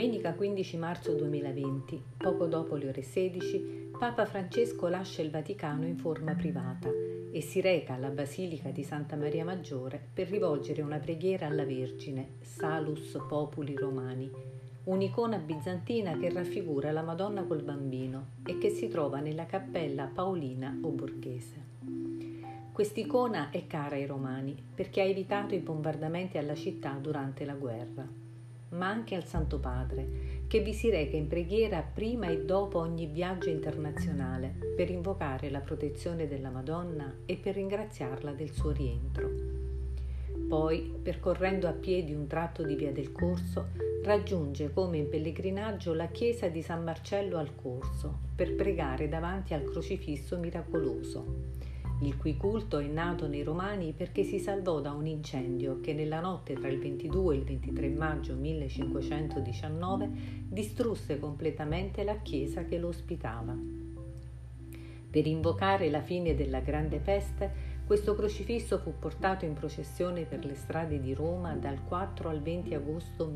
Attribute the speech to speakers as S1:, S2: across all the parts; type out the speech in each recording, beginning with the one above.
S1: Domenica 15 marzo 2020, poco dopo le ore 16, Papa Francesco lascia il Vaticano in forma privata e si reca alla Basilica di Santa Maria Maggiore per rivolgere una preghiera alla Vergine, Salus Populi Romani, un'icona bizantina che raffigura la Madonna col Bambino e che si trova nella cappella Paolina o Borghese. Quest'icona è cara ai romani perché ha evitato i bombardamenti alla città durante la guerra, ma anche al Santo Padre, che vi si reca in preghiera prima e dopo ogni viaggio internazionale per invocare la protezione della Madonna e per ringraziarla del suo rientro. Poi, percorrendo a piedi un tratto di Via del Corso, raggiunge come in pellegrinaggio la chiesa di San Marcello al Corso per pregare davanti al crocifisso miracoloso, il cui culto è nato nei Romani perché si salvò da un incendio che nella notte tra il 22 e il 23 maggio 1519 distrusse completamente la chiesa che lo ospitava. Per invocare la fine della grande peste, questo crocifisso fu portato in processione per le strade di Roma dal 4 al 20 agosto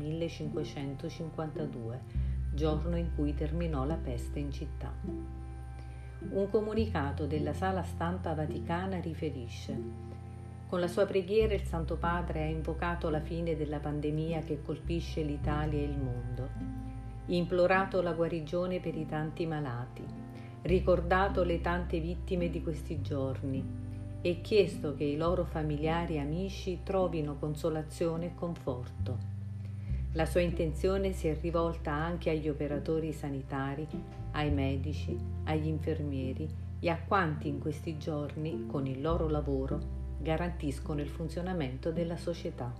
S1: 1552, giorno in cui terminò la peste in città. Un comunicato della Sala Stampa Vaticana riferisce: con la sua preghiera il Santo Padre ha invocato la fine della pandemia che colpisce l'Italia e il mondo, implorato la guarigione per i tanti malati, ricordato le tante vittime di questi giorni e chiesto che i loro familiari e amici trovino consolazione e conforto. La sua intenzione si è rivolta anche agli operatori sanitari, ai medici, agli infermieri e a quanti in questi giorni, con il loro lavoro, garantiscono il funzionamento della società.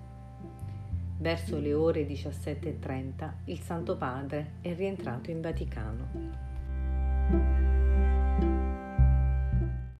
S1: Verso le ore 17:30 il Santo Padre è rientrato in Vaticano.